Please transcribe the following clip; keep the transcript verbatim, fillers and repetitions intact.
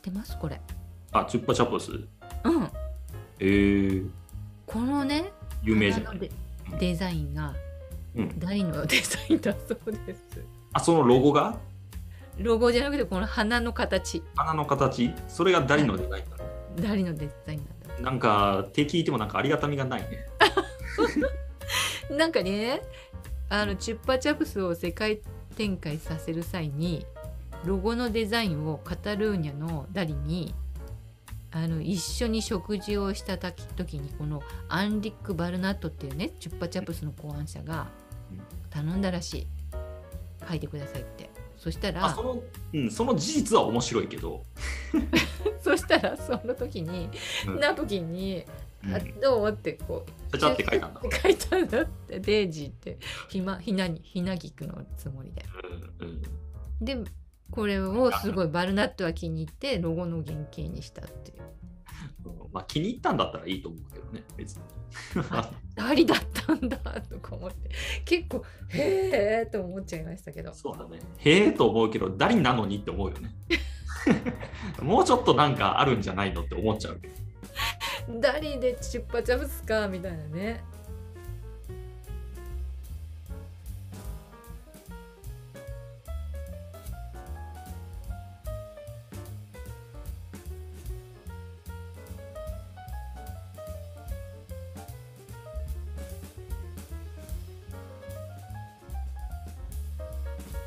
ってますこれ？ あ、チュッパチャプス。 うん。 えー、 このね、 有名じゃない。 花のデデザインがうん。 ダリのデザインだそうです。 あ、そのロゴがロゴじゃなくてこの花の形。 花の形それがダリのデザインだね。 ダリのデザインなんだ。 なんか、手聞いてもなんかありがたみがないね。 なんかね、あのチュッパチャプスを世界展開させる際にロゴのデザインをカタルーニャのダリにあの一緒に食事をした時にこのアンリック・バルナットっていうねチュッパチャプスの考案者が頼んだらしい。書いてくださいって。そしたらあその、うん、その事実は面白いけどそしたらその時に、うん、ナプキンにあどうってこうちゃちゃって書いたんだって書いたんだってデイジーってひまひなにひなぎくのつもりで、うんうん、でこれをすごいバルナットは気に入ってロゴの原型にしたっていう、 まあ気に入ったんだったらいいと思うけどね別にダリだったんだとか思って結構へーと思っちゃいましたけど。 そうだね、へーと思うけどダリなのにって思うよねもうちょっとなんかあるんじゃないのって思っちゃうけどダリでチュッパチャプスかみたいなね。